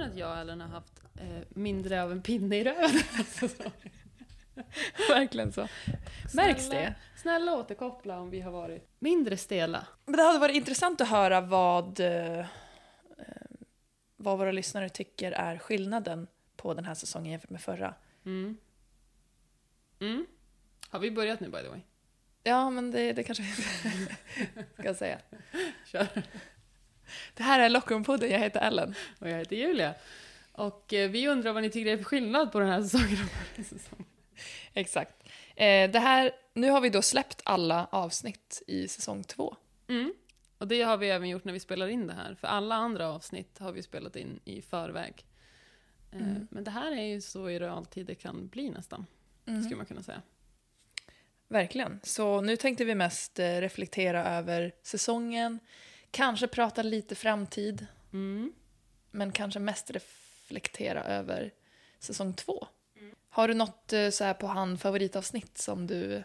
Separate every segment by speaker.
Speaker 1: att jag och Ellen har haft mindre av en pinne i röven.
Speaker 2: Verkligen så. Märks det?
Speaker 1: Snälla återkoppla om vi har varit mindre stela.
Speaker 2: Men det hade varit intressant att höra vad våra lyssnare tycker är skillnaden på den här säsongen jämfört med förra.
Speaker 1: Har vi börjat nu, by the way?
Speaker 2: Ja, men det kanske ska jag säga.
Speaker 1: Kör.
Speaker 2: Det här är Lockerpodden, jag heter Ellen.
Speaker 1: Och jag heter Julia. Och vi undrar vad ni tycker är för skillnad på den här säsongen.
Speaker 2: Exakt. Nu har vi då släppt alla avsnitt i säsong 2.
Speaker 1: Och det har vi även gjort när vi spelar in det här. För alla andra avsnitt har vi spelat in i förväg. Men det här är ju så i realtid det kan bli nästan. Skulle man kunna säga.
Speaker 2: Verkligen. Så nu tänkte vi mest reflektera över säsongen. Kanske prata lite framtid. Men kanske mest reflektera över säsong 2. Har du något så här på hand favoritavsnitt som du...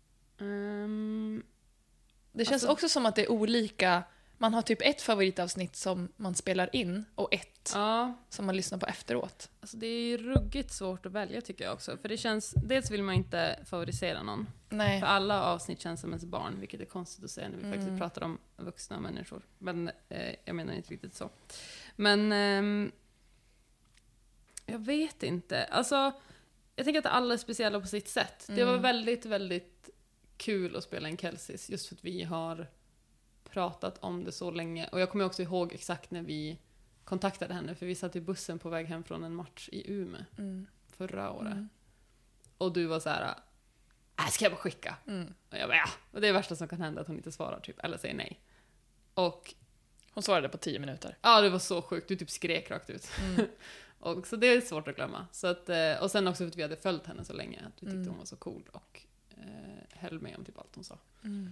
Speaker 2: Det känns också som att det är olika. Man har typ ett favoritavsnitt som man spelar in och ett som man lyssnar på efteråt.
Speaker 1: Alltså det är ju ruggigt svårt att välja tycker jag också. För det känns, dels vill man inte favorisera någon.
Speaker 2: Nej.
Speaker 1: För alla avsnitt känns som ens barn, vilket är konstigt att säga när vi faktiskt pratar om vuxna människor. Men jag menar inte riktigt så. Men jag vet inte. Alltså, jag tänker att alla är speciella på sitt sätt. Det var väldigt, väldigt kul att spela en Kelsis just för att vi har pratat om det så länge. Och jag kommer också ihåg exakt när vi kontaktade henne, för vi satt i bussen på väg hem från en match i Umeå förra året. Och du var så här: ska jag bara skicka? Och jag bara, ja. Och det är det värsta som kan hända, att hon inte svarar typ, eller säger nej. Och
Speaker 2: hon svarade på 10 minuter.
Speaker 1: Ja, det var så sjukt. Du typ skrek rakt ut. Och så det är svårt att glömma. Så att, och sen också för att vi hade följt henne så länge, att vi tyckte hon var så cool och höll med om typ allt hon sa.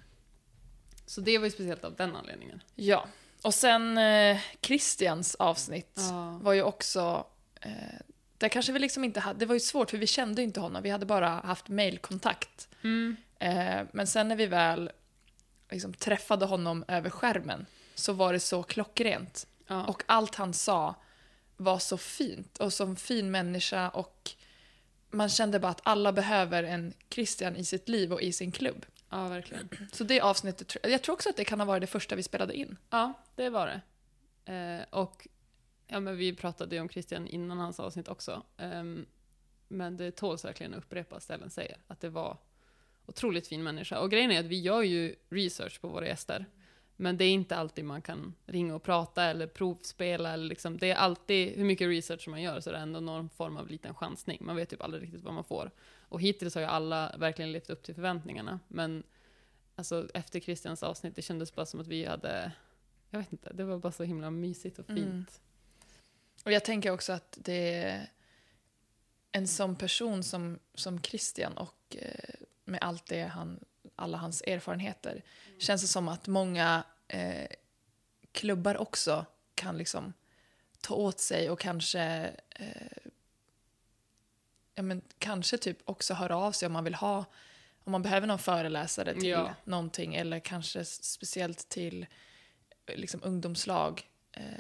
Speaker 1: Så det var ju speciellt av den anledningen.
Speaker 2: Ja, och sen Christians avsnitt var ju också... där kanske vi liksom inte hade... Det var ju svårt för vi kände inte honom. Vi hade bara haft mailkontakt. Men sen när vi väl liksom träffade honom över skärmen så var det så klockrent. Och allt han sa var så fint. Och som fin människa. Och man kände bara att alla behöver en Christian i sitt liv och i sin klubb.
Speaker 1: Ja, verkligen.
Speaker 2: Så det avsnittet, jag tror också att det kan ha varit det första vi spelade in.
Speaker 1: Ja, det var det. Och ja, men vi pratade ju om Christian innan hans avsnitt också. Men det tåls verkligen att upprepa, ställen säger. Att det var otroligt fin människa. Och grejen är att vi gör ju research på våra gäster. Men det är inte alltid man kan ringa och prata eller provspela. Eller liksom, det är alltid, hur mycket research man gör så är det ändå någon form av liten chansning. Man vet typ aldrig riktigt vad man får. Och hittills har ju alla verkligen levt upp till förväntningarna. Men alltså, efter Christians avsnitt, det kändes bara som att vi hade... Jag vet inte, det var bara så himla mysigt och fint.
Speaker 2: Och jag tänker också att det är en sån person som Christian och med allt det alla hans erfarenheter känns det som att många klubbar också kan liksom ta åt sig och kanske kanske typ också höra av sig om man vill ha, om man behöver någon föreläsare till någonting, eller kanske speciellt till liksom ungdomslag.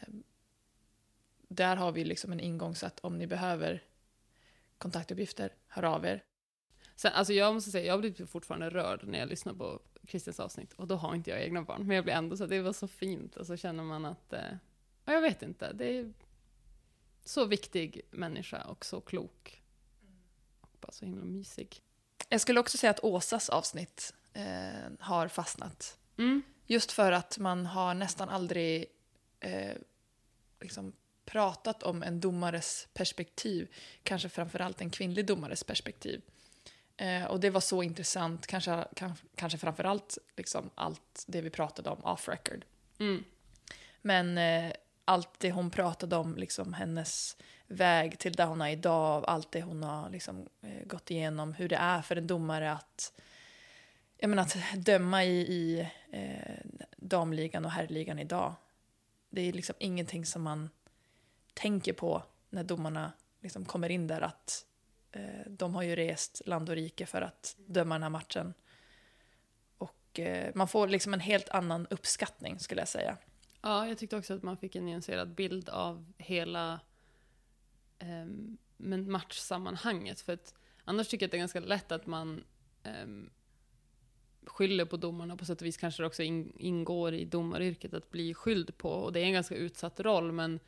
Speaker 2: Där har vi liksom en ingång, så att om ni behöver kontaktuppgifter, hör av er.
Speaker 1: Sen, alltså jag måste säga, jag blir fortfarande rörd när jag lyssnar på Christians avsnitt. Och då har inte jag egna barn. Men jag blir ändå så, det var så fint. Och så känner man att, jag vet inte, det är så viktig människa och så klok. Och bara så himla mysig.
Speaker 2: Jag skulle också säga att Åsas avsnitt har fastnat. Just för att man har nästan aldrig liksom pratat om en domares perspektiv. Kanske framförallt en kvinnlig domares perspektiv. Och det var så intressant. Kanske framförallt liksom allt det vi pratade om off record. Men allt det hon pratade om, liksom hennes väg till där hon är idag, allt det hon har liksom gått igenom, hur det är för en domare att döma i damligan och herrligan idag. Det är liksom ingenting som man tänker på när domarna liksom kommer in där, att de har ju rest land och rike för att döma den här matchen. Och man får liksom en helt annan uppskattning, skulle jag säga.
Speaker 1: Ja, jag tyckte också att man fick en nyanserad bild av hela men matchsammanhanget. För att annars tycker jag att det är ganska lätt att man skyller på domarna. På sätt och vis kanske det också ingår i domaryrket att bli skylld på. Och det är en ganska utsatt roll, men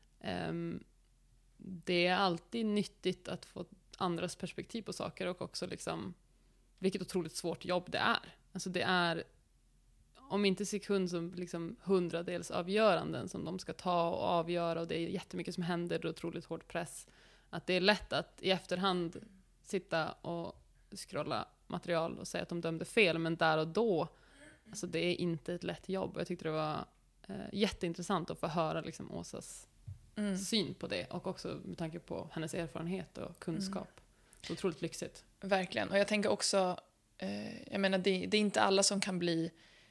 Speaker 1: det är alltid nyttigt att få andras perspektiv på saker, och också liksom vilket otroligt svårt jobb det är. Alltså det är, om inte sekund, som liksom 100-dels avgöranden som de ska ta och avgöra, och det är jättemycket som händer, det är otroligt hård press. Att det är lätt att i efterhand sitta och scrolla material och säga att de dömde fel, men där och då, alltså det är inte ett lätt jobb. Jag tyckte det var jätteintressant att få höra liksom Åsas syn på det, och också med tanke på hennes erfarenhet och kunskap. Så otroligt lyxigt.
Speaker 2: Verkligen. Och jag tänker också, jag menar det är inte alla som kan bli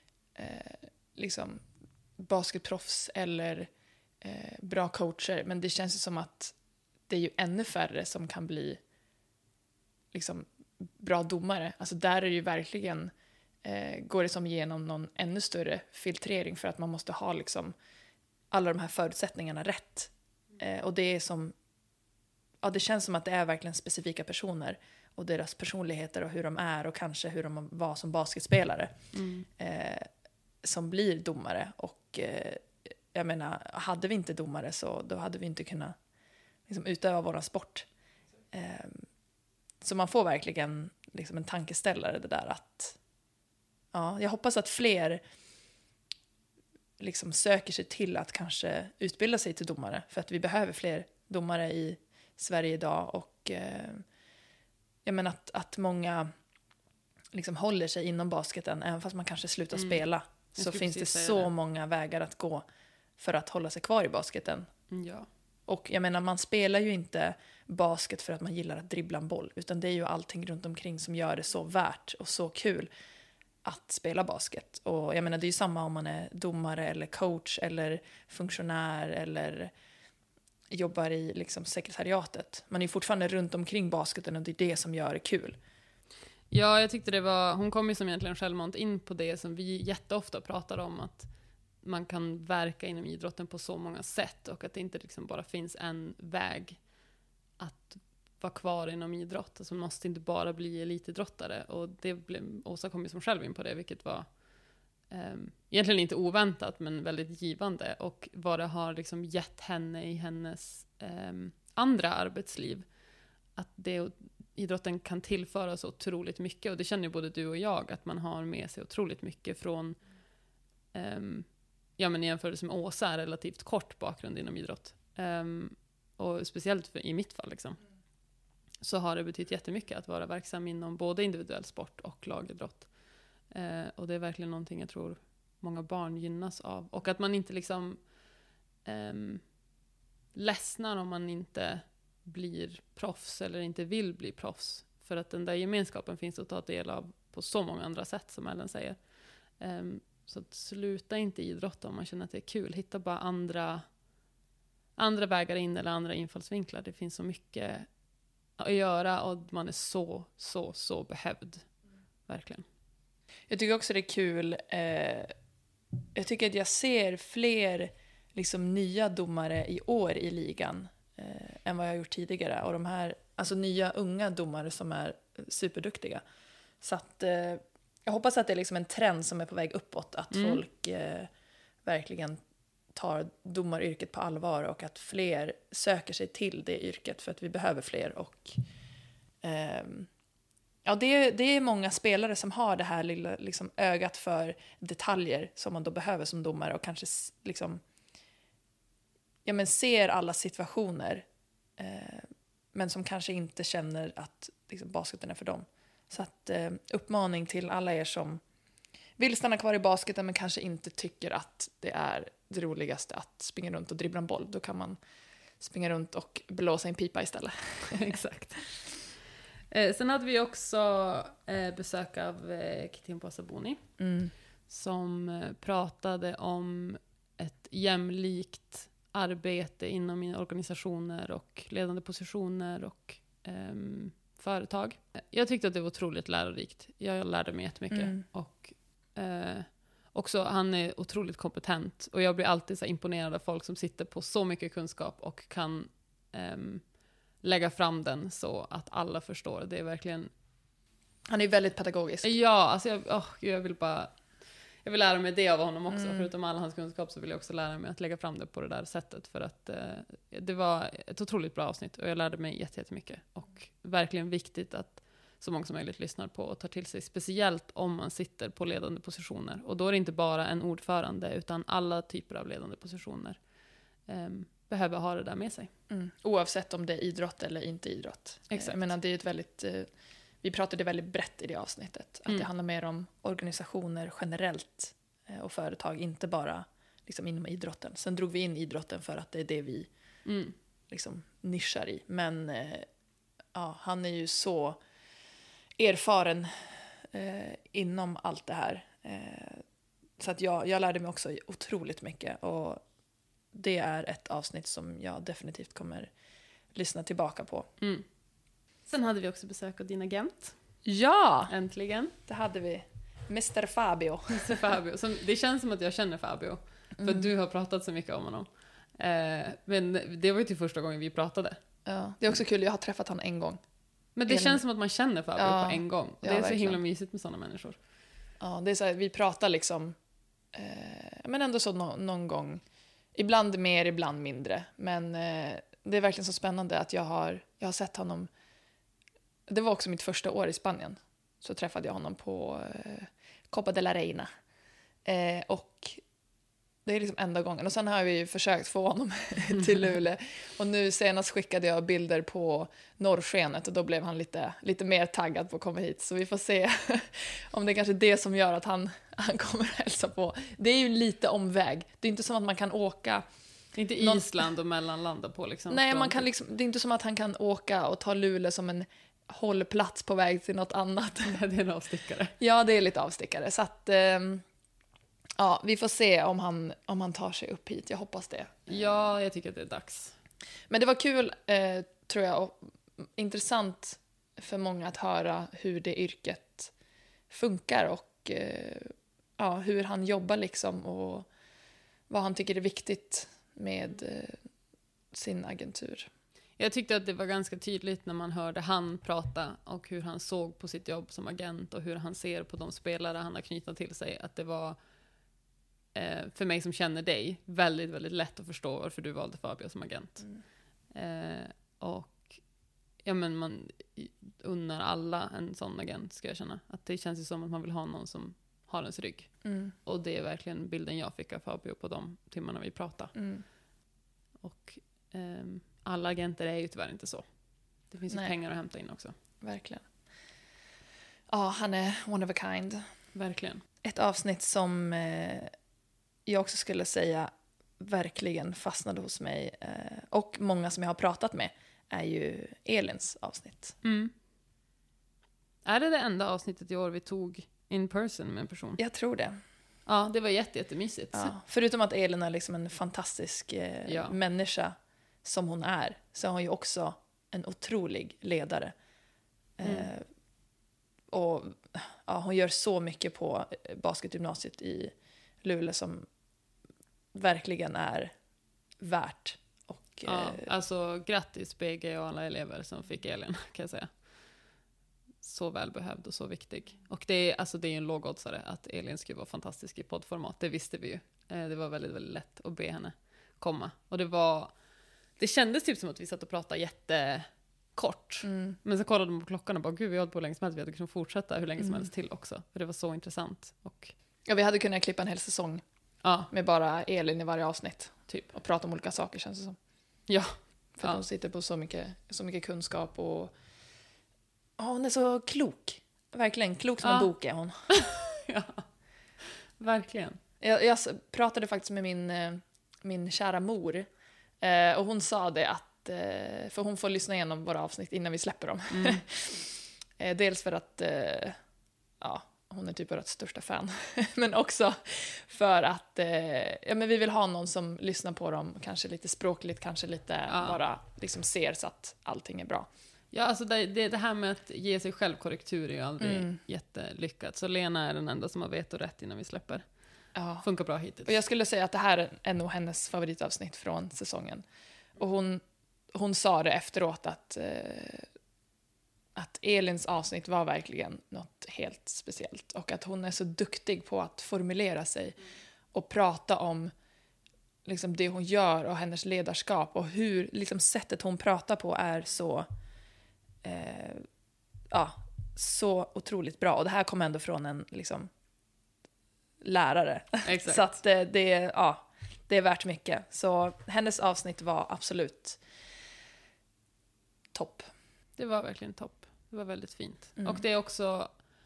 Speaker 2: liksom basketproffs eller bra coacher, men det känns ju som att det är ju ännu färre som kan bli liksom bra domare. Alltså där är det ju verkligen går det som igenom någon ännu större filtrering, för att man måste ha liksom alla de här förutsättningarna rätt. Och det är som, ja, det känns som att det är verkligen specifika personer och deras personligheter och hur de är, och kanske hur de var som basketspelare som blir domare. Och jag menar, hade vi inte domare så då hade vi inte kunnat liksom utöva våran sport. Så man får verkligen liksom en tankeställare, det där att ja, jag hoppas att fler liksom söker sig till att kanske utbilda sig till domare, för att vi behöver fler domare i Sverige idag. Och jag menar att många liksom håller sig inom basketen, även fast man kanske slutar spela, så finns det så många vägar att gå för att hålla sig kvar i basketen.
Speaker 1: Ja.
Speaker 2: Och jag menar, man spelar ju inte basket för att man gillar att dribbla en boll, utan det är ju allting runt omkring som gör det så värt och så kul att spela basket. Och jag menar, det är ju samma om man är domare eller coach eller funktionär eller jobbar i liksom sekretariatet. Man är ju fortfarande runt omkring basketen, och det är det som gör det kul.
Speaker 1: Ja, jag tyckte det var, hon kom ju som egentligen självmant in på det som vi jätteofta pratar om, att man kan verka inom idrotten på så många sätt, och att det inte liksom bara finns en väg att vara kvar inom idrott. Alltså man måste inte bara bli elitidrottare, och Åsa kom ju som själv in på det, vilket var egentligen inte oväntat, men väldigt givande, och vad det har liksom gett henne i hennes andra arbetsliv, att idrotten kan tillföra så otroligt mycket. Och det känner ju både du och jag, att man har med sig otroligt mycket från ja, men i jämförelse med Åsa är relativt kort bakgrund inom idrott. Och speciellt i mitt fall liksom, så har det betytt jättemycket att vara verksam inom både individuell sport och lagidrott. Och det är verkligen någonting jag tror många barn gynnas av. Och att man inte liksom ledsnar om man inte blir proffs eller inte vill bli proffs. För att den där gemenskapen finns att ta del av på så många andra sätt, som Ellen säger. Så att sluta inte idrotta om man känner att det är kul. Hitta bara andra vägar in eller andra infallsvinklar. Det finns så mycket att göra, och man är så behövd. Verkligen.
Speaker 2: Jag tycker också det är kul. Jag tycker att jag ser fler liksom nya domare i år i ligan än vad jag har gjort tidigare. Och de här, alltså nya unga domare som är superduktiga. Så att jag hoppas att det är liksom en trend som är på väg uppåt. Att folk verkligen tar domaryrket på allvar, och att fler söker sig till det yrket, för att vi behöver fler. Och ja, det är många spelare som har det här lilla liksom ögat för detaljer som man då behöver som domare, och kanske liksom ja, men ser alla situationer, men som kanske inte känner att liksom, basketen är för dem. Så att uppmaning till alla er som vill stanna kvar i basketen men kanske inte tycker att det är det roligaste att springa runt och dribbla en boll. Då kan man springa runt och blåsa en pipa istället.
Speaker 1: Exakt. Sen hade vi också besök av Kitimpo Sabuni som pratade om ett jämlikt arbete inom organisationer och ledande positioner och företag. Jag tyckte att det var otroligt lärorikt. Jag lärde mig jättemycket. Och också, han är otroligt kompetent. Och jag blir alltid så imponerad av folk som sitter på så mycket kunskap och kan lägga fram den så att alla förstår. Det är verkligen...
Speaker 2: Han är väldigt pedagogisk.
Speaker 1: Ja, alltså jag vill lära mig det av honom också. Förutom all hans kunskap så vill jag också lära mig att lägga fram det på det där sättet. För att det var ett otroligt bra avsnitt och jag lärde mig jättemycket. Och verkligen viktigt att så många som möjligt lyssnar på och tar till sig. Speciellt om man sitter på ledande positioner. Och då är det inte bara en ordförande utan alla typer av ledande positioner behöver ha det där med sig.
Speaker 2: Oavsett om det är idrott eller inte idrott.
Speaker 1: Exakt.
Speaker 2: Jag menar, det är ett väldigt... Vi pratade väldigt brett i det avsnittet. Att det handlar mer om organisationer generellt och företag, inte bara liksom inom idrotten. Sen drog vi in idrotten för att det är det vi liksom nischar i. Men han är ju så erfaren inom allt det här. Så att jag lärde mig också otroligt mycket. Och det är ett avsnitt som jag definitivt kommer lyssna tillbaka på.
Speaker 1: Sen hade vi också besök av din agent.
Speaker 2: Ja!
Speaker 1: Äntligen.
Speaker 2: Det hade vi. Mr. Fabio.
Speaker 1: Mr. Fabio. Det känns som att jag känner Fabio. För du har pratat så mycket om honom. Men det var ju till första gången vi pratade.
Speaker 2: Ja, det är också kul. Jag har träffat honom en gång.
Speaker 1: Men det känns som att man känner Fabio på en gång. Och det är
Speaker 2: verkligen.
Speaker 1: så himla mysigt med sådana människor.
Speaker 2: Ja, det är så här, vi pratar liksom... men ändå så någon gång. Ibland mer, ibland mindre. Men det är verkligen så spännande att jag har sett honom... Det var också mitt första år i Spanien. Så träffade jag honom på Copa de la Reina. Och det är liksom enda gången. Och sen har vi försökt få honom till Luleå. Och nu senast skickade jag bilder på norrskenet. Och då blev han lite mer taggad på att komma hit. Så vi får se om det är kanske det som gör att han kommer hälsa på. Det är ju lite omväg. Det är inte som att man kan åka...
Speaker 1: Det är inte Island och mellanlanda på liksom.
Speaker 2: Nej, man kan liksom, det är inte som att han kan åka och ta Luleå som en hållplats på väg till något annat.
Speaker 1: Det är en avstickare.
Speaker 2: Ja, det är lite avstickare. Så att, vi får se om han tar sig upp hit. Jag hoppas det.
Speaker 1: Ja, jag tycker att det är dags.
Speaker 2: Men det var kul, tror jag, och intressant för många att höra hur det yrket funkar och hur han jobbar liksom och vad han tycker är viktigt med sin agentur.
Speaker 1: Jag tyckte att det var ganska tydligt när man hörde han prata och hur han såg på sitt jobb som agent och hur han ser på de spelare han har knutit till sig, att det var för mig som känner dig väldigt, väldigt lätt att förstå varför du valde Fabio som agent. Och ja, men man unnar alla en sån agent, ska jag känna. Att det känns ju som att man vill ha någon som har ens rygg. Och det är verkligen bilden jag fick av Fabio på de timmarna vi pratade. Och alla agenter är ju tyvärr inte så. Det finns ju pengar att hämta in också.
Speaker 2: Verkligen. Ja, han är one of a kind.
Speaker 1: Verkligen.
Speaker 2: Ett avsnitt som jag också skulle säga verkligen fastnade hos mig och många som jag har pratat med är ju Elins avsnitt.
Speaker 1: Är det enda avsnittet i år vi tog in person med en person?
Speaker 2: Jag tror det.
Speaker 1: Ja, det var jättemysigt.
Speaker 2: Ja, förutom att Elin är liksom en fantastisk människa som hon är, så är hon ju också en otrolig ledare. Och hon gör så mycket på basketgymnasiet i Luleå som verkligen är värt. Och,
Speaker 1: alltså grattis BG och alla elever som fick Elin, kan jag säga. Så välbehövd och så viktig. Och det är en lågoddsare att Elin skulle vara fantastisk i poddformat. Det visste vi ju. Det var väldigt, väldigt lätt att be henne komma. Och det kändes typ som att vi satt och pratade jättekort. Men så kollade man på klockan och bara, gud, vi har hållit på hur länge som helst. Vi hade kunnat fortsätta hur länge som helst till också. För det var så intressant. Och...
Speaker 2: ja, vi hade kunnat klippa en hel säsong med bara Elin i varje avsnitt. Typ. Och prata om olika saker, känns det som.
Speaker 1: Ja.
Speaker 2: För hon sitter på så mycket kunskap och hon är så klok. Verkligen, klok som en bok är hon.
Speaker 1: Ja, verkligen.
Speaker 2: Jag pratade faktiskt med min kära mor. Och hon sa det att, för hon får lyssna igenom våra avsnitt innan vi släpper dem. Dels för att hon är typ vårt största fan. Men också för att men vi vill ha någon som lyssnar på dem, kanske lite språkligt, kanske lite bara liksom ser så att allting är bra.
Speaker 1: Ja, alltså det här med att ge sig själv korrektur är ju aldrig jättelyckat. Så Lena är den enda som har vetorätt innan vi släpper. Ja. Funkar bra hittills.
Speaker 2: Och jag skulle säga att det här är nog hennes favoritavsnitt från säsongen. Och hon sa det efteråt att Elins avsnitt var verkligen något helt speciellt. Och att hon är så duktig på att formulera sig och prata om liksom det hon gör och hennes ledarskap. Och hur liksom sättet hon pratar på är så, så otroligt bra. Och det här kommer ändå från en liksom, lärare.
Speaker 1: Exakt.
Speaker 2: Så att det är värt mycket. Så hennes avsnitt var absolut topp.
Speaker 1: Det var verkligen topp. Det var väldigt fint. Och det är också...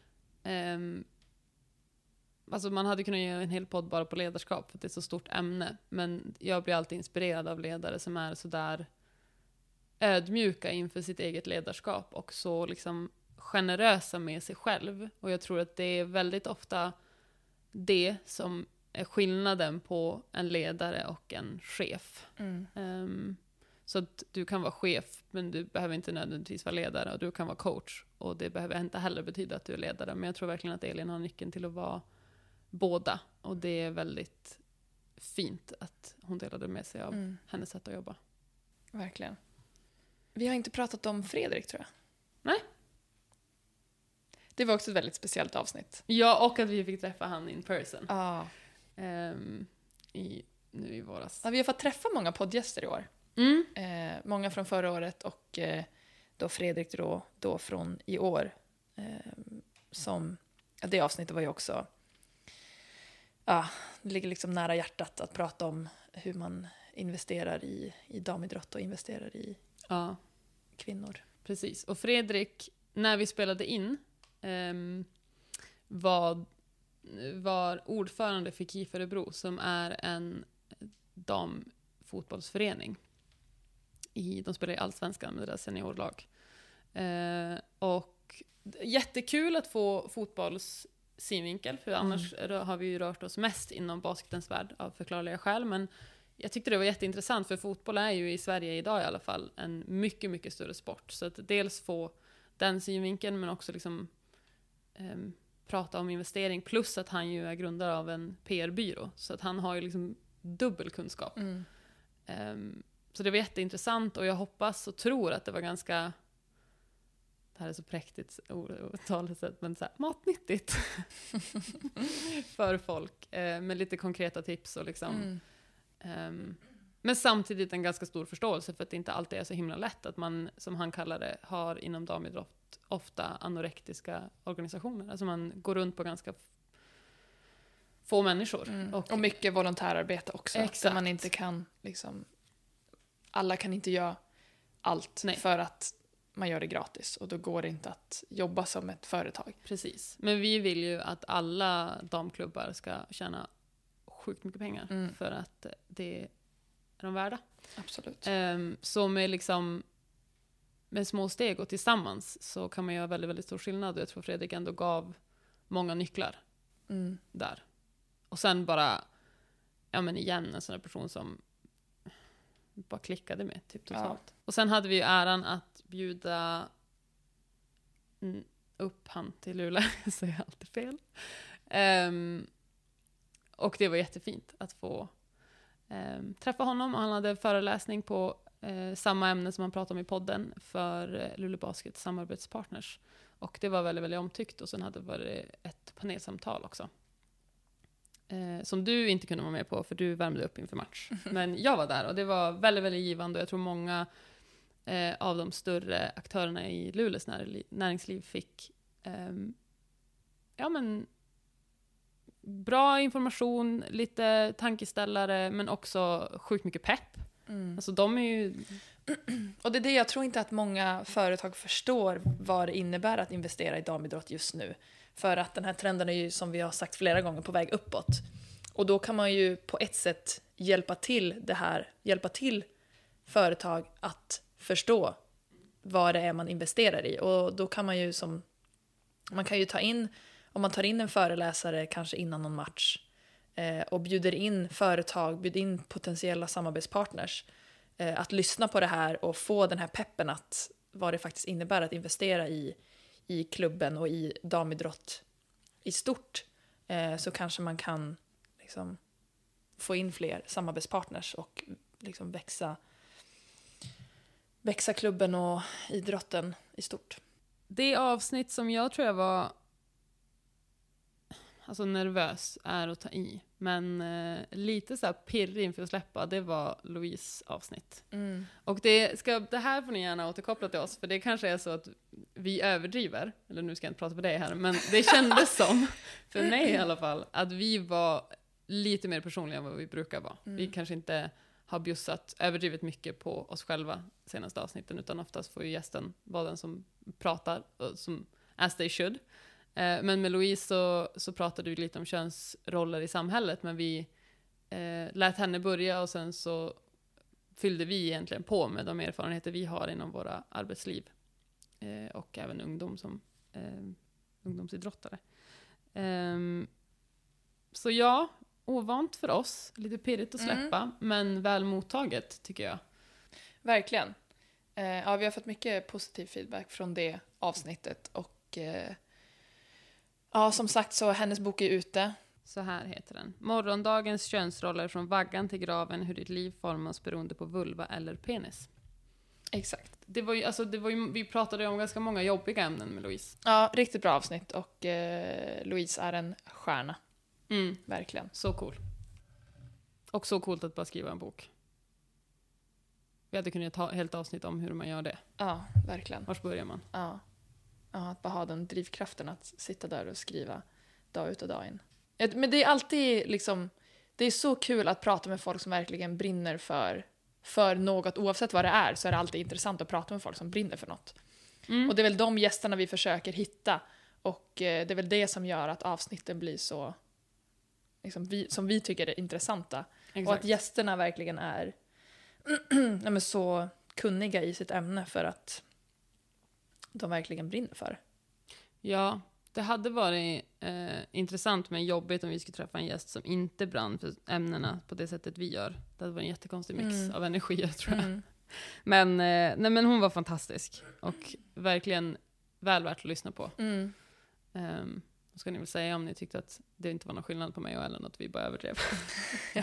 Speaker 1: alltså man hade kunnat göra en hel podd bara på ledarskap, för det är ett så stort ämne. Men jag blir alltid inspirerad av ledare som är så där ödmjuka inför sitt eget ledarskap och så liksom generösa med sig själv. Och jag tror att det är väldigt ofta det som är skillnaden på en ledare och en chef. Så att du kan vara chef, men du behöver inte nödvändigtvis vara ledare. Och du kan vara coach, och det behöver inte heller betyda att du är ledare. Men jag tror verkligen att Elin har nyckeln till att vara båda. Och det är väldigt fint att hon delade med sig av hennes sätt att jobba.
Speaker 2: Verkligen. Vi har inte pratat om Fredrik, tror jag.
Speaker 1: Nej.
Speaker 2: Det var också ett väldigt speciellt avsnitt.
Speaker 1: Ja, och att vi fick träffa han in person. Nu i våras.
Speaker 2: Ja, vi har fått träffa många poddgäster i år. Många från förra året och då Fredrik då från i år. Det avsnittet var ju också... det ligger liksom nära hjärtat att prata om hur man investerar i damidrott och investerar i kvinnor.
Speaker 1: Precis. Och Fredrik, när vi spelade in, var ordförande för KIF Örebro, som är en damfotbollsförening. De spelar i Allsvenskan med deras seniorlag. Och jättekul att få fotbollssynvinkel, för annars har vi ju rört oss mest inom basketens värld av förklarliga skäl. Men jag tyckte det var jätteintressant, för fotboll är ju i Sverige idag i alla fall en mycket, mycket större sport. Så att dels få den synvinkeln, men också liksom prata om investering, plus att han ju är grundare av en PR-byrå. Så att han har ju liksom dubbel kunskap. Så det var jätteintressant, och jag hoppas och tror att det var ganska, det här är så präktigt talesätt, men så här, matnyttigt för folk, med lite konkreta tips och liksom men samtidigt en ganska stor förståelse för att det inte alltid är så himla lätt att man, som han kallar det, har inom damidrott ofta anorektiska organisationer. Alltså man går runt på ganska få människor.
Speaker 2: Och mycket volontärarbete också.
Speaker 1: Exakt.
Speaker 2: Där man inte kan liksom, alla kan inte göra allt. Nej. För att man gör det gratis, och då går det inte att jobba som ett företag.
Speaker 1: Precis. Men vi vill ju att alla damklubbar ska tjäna sjukt mycket pengar för att det är de värda.
Speaker 2: Absolut.
Speaker 1: Så med små steg och tillsammans så kan man göra väldigt, väldigt stor skillnad. Och jag tror Fredrik ändå gav många nycklar där. Och sen bara, igen, en sån här person som bara klickade med typ totalt. Ja. Och sen hade vi ju äran att bjuda upp han till Luleå. Jag säger alltid fel. Och det var jättefint att få träffa honom. Och han hade en föreläsning på samma ämne som han pratade om i podden för Luleå Baskets samarbetspartners. Och det var väldigt, väldigt omtyckt. Och sen hade det varit ett panelsamtal också. Som du inte kunde vara med på, för du värmde upp inför match. Men jag var där, och det var väldigt, väldigt givande. Och jag tror många av de större aktörerna i Luleås näringsliv fick bra information, lite tankeställare, men också sjukt mycket pepp. Alltså de är ju...
Speaker 2: Och det är det, jag tror inte att många företag förstår vad det innebär att investera i damidrott just nu. För att den här trenden är ju, som vi har sagt flera gånger, på väg uppåt. Och då kan man ju på ett sätt hjälpa till företag att förstå vad det är man investerar i. Och då kan man ju man kan ju ta in, om man tar in en föreläsare kanske innan någon match och bjuder in potentiella samarbetspartners att lyssna på det här och få den här peppen att vad det faktiskt innebär att investera i klubben och i damidrott i stort, så kanske man kan liksom få in fler samarbetspartners och liksom växa växa klubben och idrotten i stort.
Speaker 1: Det avsnitt som jag tror jag var nervös är att ta i. Men lite så här pirrig inför att släppa, det var Louise avsnitt. Och det här får ni gärna återkoppla till oss, för det kanske är så att vi överdriver, eller nu ska jag inte prata på det här, men det kändes som, för mig i alla fall, att vi var lite mer personliga än vad vi brukar vara. Vi kanske inte har bjussat överdrivet mycket på oss själva senaste avsnitten, utan oftast får ju gästen vara den som pratar, som as they should. Men med Louise så pratade vi lite om könsroller i samhället, men vi lät henne börja och sen så fyllde vi egentligen på med de erfarenheter vi har inom våra arbetsliv och även ungdomsidrottare. Så ja, ovant för oss, lite pirrigt att släppa, men väl mottaget tycker jag.
Speaker 2: Verkligen. Ja, vi har fått mycket positiv feedback från det avsnittet och ja, som sagt så hennes bok är ute.
Speaker 1: Så här heter den. Morgondagens könsroller från vaggan till graven, hur ditt liv formas beroende på vulva eller penis.
Speaker 2: Exakt.
Speaker 1: Det var ju, vi pratade om ganska många jobbiga ämnen med Louise.
Speaker 2: Ja, riktigt bra avsnitt och Louise är en stjärna. Verkligen.
Speaker 1: Så cool. Och så coolt att bara skriva en bok. Vi hade kunnat ta helt avsnitt om hur man gör det.
Speaker 2: Ja, verkligen.
Speaker 1: Vars börjar man?
Speaker 2: Ja, att bara ha den drivkraften att sitta där och skriva dag ut och dag in. Men det är alltid liksom, det är så kul att prata med folk som verkligen brinner för något, oavsett vad det är, så är det alltid intressant att prata med folk som brinner för något. Och det är väl de gästerna vi försöker hitta, och det är väl det som gör att avsnitten blir så liksom, som vi tycker är intressanta. Exakt. Och att gästerna verkligen är så kunniga i sitt ämne för att de verkligen brinner för det.
Speaker 1: Ja, det hade varit intressant men jobbigt om vi skulle träffa en gäst som inte brann för ämnena på det sättet vi gör. Det hade varit en jättekonstig mix av energier, tror jag. Men hon var fantastisk och verkligen väl värt att lyssna på. Då ska ni väl säga om ni tyckte att det inte var någon skillnad på mig och Ellen, att vi bara överdrev.
Speaker 2: Ja.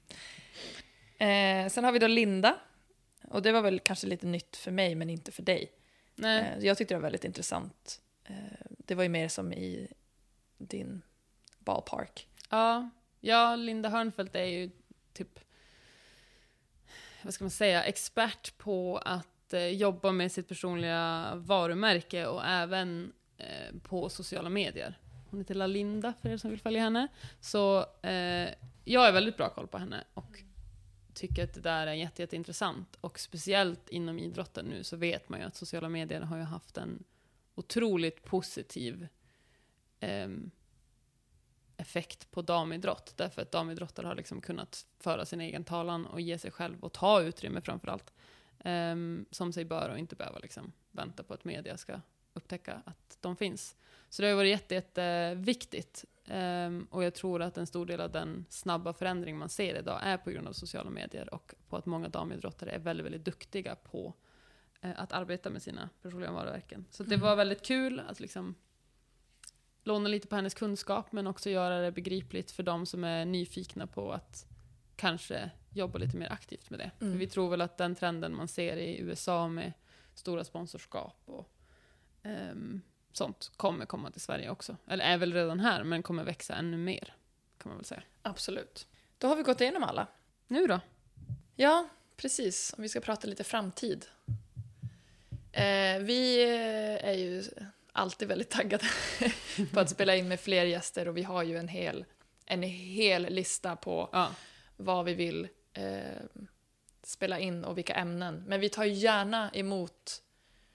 Speaker 2: Sen har vi då Linda. Och det var väl kanske lite nytt för mig, men inte för dig.
Speaker 1: Nej.
Speaker 2: Jag tyckte det var väldigt intressant. Det var ju mer som i din ballpark.
Speaker 1: Ja, Linda Hörnfeldt är ju typ, vad ska man säga, expert på att jobba med sitt personliga varumärke och även på sociala medier. Hon heter Linda för er som vill följa henne. Så jag är väldigt bra koll på henne och tycker att det där är jätteintressant. Och speciellt inom idrotten nu så vet man ju att sociala medier har ju haft en otroligt positiv effekt på damidrott. Därför att damidrottare har liksom kunnat föra sin egen talan och ge sig själv och ta utrymme framförallt. Som sig bör och inte behöva liksom vänta på att media ska upptäcka att de finns. Så det har varit jätteviktigt. Och jag tror att en stor del av den snabba förändring man ser idag är på grund av sociala medier och på att många damidrottare är väldigt, väldigt duktiga på att arbeta med sina personliga varumärken. Så det var väldigt kul att liksom låna lite på hennes kunskap, men också göra det begripligt för de som är nyfikna på att kanske jobba lite mer aktivt med det. För vi tror väl att den trenden man ser i USA med stora sponsorskap och sånt kommer komma till Sverige också. Eller är väl redan här, men kommer växa ännu mer, kan man väl säga.
Speaker 2: Absolut. Då har vi gått igenom alla.
Speaker 1: Nu då?
Speaker 2: Ja, precis. Om vi ska prata lite framtid. Vi är ju alltid väldigt taggade på att spela in med fler gäster, och vi har ju en hel lista på vad vi vill spela in och vilka ämnen. Men vi tar gärna emot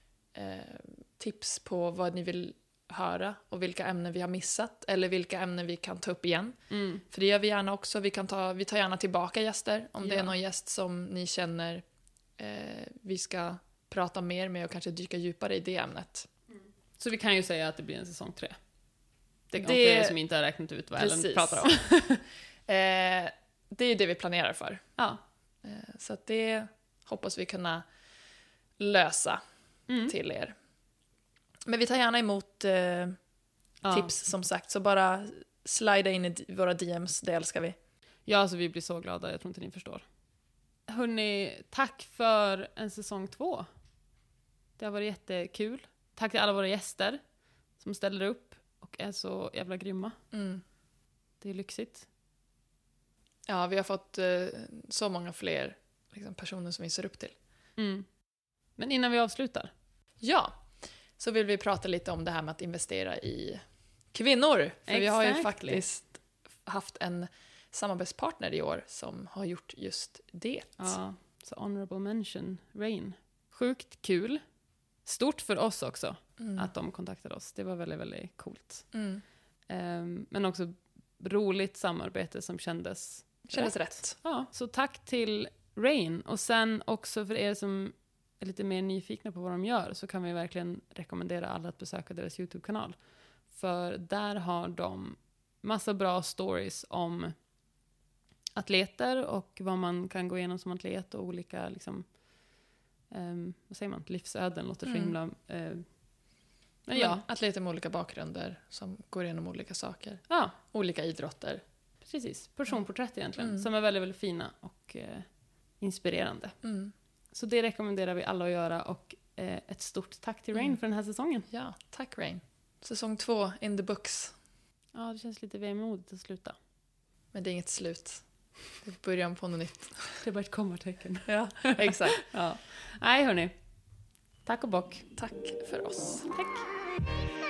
Speaker 2: tips på vad ni vill höra och vilka ämnen vi har missat eller vilka ämnen vi kan ta upp igen. För det gör vi gärna också. Vi tar gärna tillbaka gäster om det är någon gäst som ni känner vi ska prata mer med och kanske dyka djupare i det ämnet.
Speaker 1: Så vi kan ju säga att det blir en säsong 3. Det kan för er som inte har räknat ut vad Ellen pratar om.
Speaker 2: Det är det vi planerar för.
Speaker 1: Ja.
Speaker 2: Så att det hoppas vi kunna lösa till er. Men vi tar gärna emot tips, som sagt. Så bara slida in i våra DMs, det älskar vi.
Speaker 1: Ja, alltså vi blir så glada, jag tror inte ni förstår. hörni, tack för en säsong 2. Det har varit jättekul. Tack till alla våra gäster som ställer upp och är så jävla grymma. Det är lyxigt.
Speaker 2: Ja, vi har fått så många fler liksom, personer som vi ser upp till.
Speaker 1: Men innan vi avslutar.
Speaker 2: Ja, så vill vi prata lite om det här med att investera i kvinnor. För vi har ju faktiskt haft en samarbetspartner i år som har gjort just det.
Speaker 1: Ja, så honorable mention, Rain. Sjukt kul. Stort för oss också att de kontaktade oss. Det var väldigt, väldigt coolt. Men också roligt samarbete som kändes
Speaker 2: rätt.
Speaker 1: Ja, så tack till Rain. Och sen också för er som är lite mer nyfikna på vad de gör så kan vi verkligen rekommendera alla att besöka deras YouTube-kanal. För där har de massa bra stories om atleter och vad man kan gå igenom som atlet och olika liksom, vad säger man, livsöden låter så himla men ja.
Speaker 2: Atleter med olika bakgrunder som går igenom olika saker.
Speaker 1: Ja.
Speaker 2: Olika idrotter.
Speaker 1: Precis, personporträtt egentligen som är väldigt, väldigt fina och inspirerande. Så det rekommenderar vi alla att göra och ett stort tack till Rain för den här säsongen.
Speaker 2: Ja, tack Rain. Säsong 2 in the books.
Speaker 1: Ja, det känns lite vemodigt att sluta.
Speaker 2: Men det är inget slut. Det är början på något nytt.
Speaker 1: Det är bara ett kommatecken.
Speaker 2: Ja, exakt.
Speaker 1: Ja. Nej hörni, tack och bock.
Speaker 2: Tack för oss.
Speaker 1: Tack.